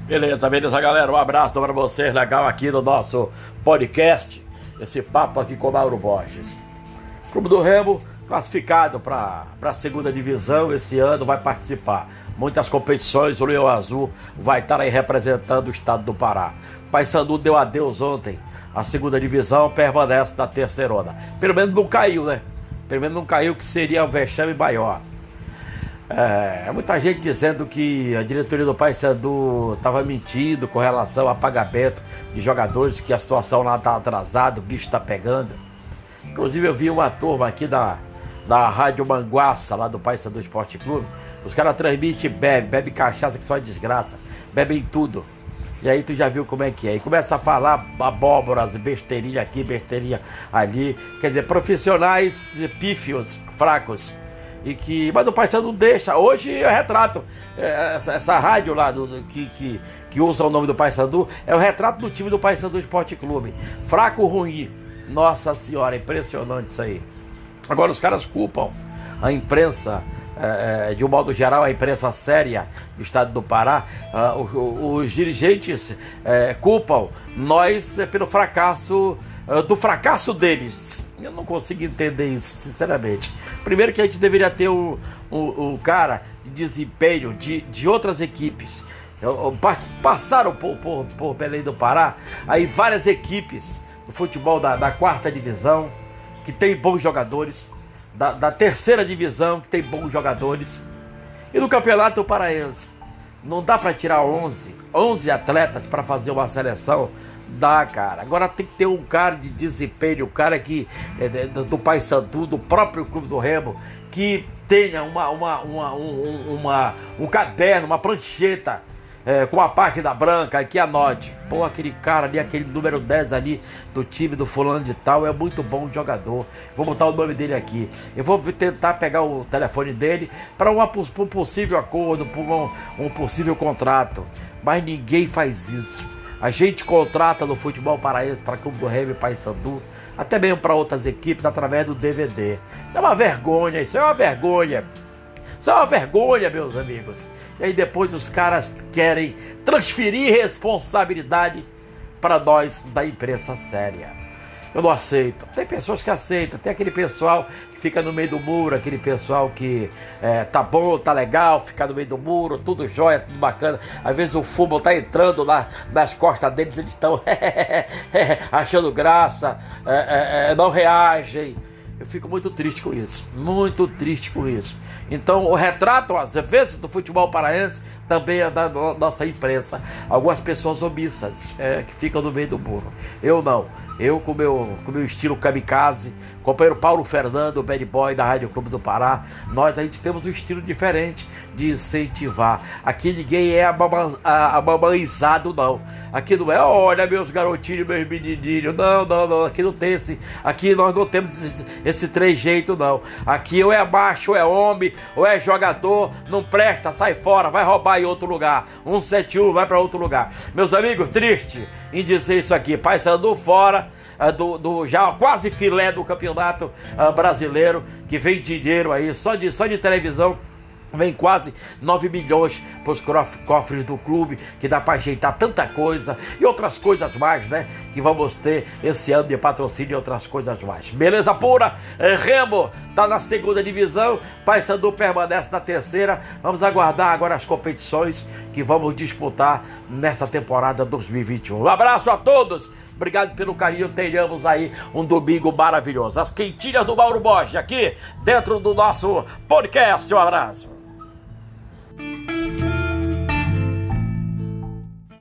Beleza, beleza, galera. Um abraço para vocês, legal aqui no nosso podcast. Esse papo aqui com o Mauro Borges. Clube do Remo classificado para a segunda divisão esse ano, vai participar. Muitas competições, o Leão Azul vai estar aí representando o estado do Pará. Paysandu deu adeus ontem. A segunda divisão permanece na terceirona. Pelo menos não caiu, né? Pelo menos não caiu, que seria um vexame maior. Muita gente dizendo que a diretoria do Paysandu estava mentindo com relação ao pagamento de jogadores, que a situação lá está atrasada, o bicho está pegando. Inclusive eu vi uma turma aqui da Rádio Manguaça, lá do Paysandu Esporte Clube. Os caras transmitem, bebe cachaça, que só é desgraça, bebem tudo. E aí tu já viu como é que é. E começa a falar abóboras, besteirinha aqui, besteirinha ali. Quer dizer, profissionais pífios, fracos. Mas o Paysandu deixa. Hoje eu retrato essa rádio lá que usa o nome do Paysandu. É o retrato do time do Paysandu Esporte Clube. Fraco, ruim. Nossa senhora, impressionante isso aí. Agora os caras culpam a imprensa, de um modo geral, a imprensa séria do estado do Pará. Os dirigentes culpam nós pelo fracasso, do fracasso deles. Eu não consigo entender isso, sinceramente. Primeiro que a gente deveria ter um cara de desempenho de outras equipes. Passaram por Belém do Pará, aí várias equipes do futebol da quarta divisão, que tem bons jogadores, da terceira divisão, que tem bons jogadores, e no Campeonato Paraense. Não dá para tirar 11 atletas para fazer uma seleção. Dá, cara. Agora tem que ter um cara de desempenho, um cara que do Paysandu, do próprio Clube do Remo, que tenha um caderno, uma prancheta com a página branca, que anote. Pô, aquele cara ali, aquele número 10 ali do time do fulano de tal, é muito bom jogador. Vou botar o nome dele aqui. Eu vou tentar pegar o telefone dele para um possível acordo, para um possível contrato. Mas ninguém faz isso. A gente contrata no futebol paraense para Clube do Remo e Paysandu, até mesmo para outras equipes, através do DVD. Isso é uma vergonha, isso é uma vergonha. Isso é uma vergonha, meus amigos. E aí depois os caras querem transferir responsabilidade para nós da imprensa séria. Eu não aceito. Tem pessoas que aceitam. Tem aquele pessoal que fica no meio do muro, aquele pessoal que tá bom, tá legal, fica no meio do muro, tudo jóia, tudo bacana. Às vezes o fumo tá entrando lá nas costas deles, eles estão achando graça, não reagem. Eu fico muito triste com isso, muito triste com isso. Então o retrato, às vezes, do futebol paraense também é da nossa imprensa. Algumas pessoas omissas, que ficam no meio do muro. Eu não. Eu com meu estilo kamikaze, companheiro Paulo Fernando, o bad boy da Rádio Clube do Pará, a gente temos um estilo diferente de incentivar. Aqui ninguém é amamanizado, não. Aqui não é, olha meus garotinhos, meus menininhos, não, aqui não tem aqui nós não temos esse trejeito, não. Aqui ou é macho, ou é homem, ou é jogador, não presta, sai fora, vai roubar em outro lugar. 171 vai para outro lugar. Meus amigos, triste em dizer isso aqui. Paysandu fora do já quase filé do campeonato brasileiro, que vem dinheiro aí, só de televisão. Vem quase 9 milhões para os cofres do clube, que dá para ajeitar tanta coisa e outras coisas mais, né? Que vamos ter esse ano de patrocínio e outras coisas mais. Beleza pura? Remo tá na segunda divisão, Paysandu permanece na terceira. Vamos aguardar agora as competições que vamos disputar nesta temporada 2021. Um abraço a todos. Obrigado pelo carinho, tenhamos aí um domingo maravilhoso. As quentinhas do Mauro Borges aqui dentro do nosso podcast. Um abraço.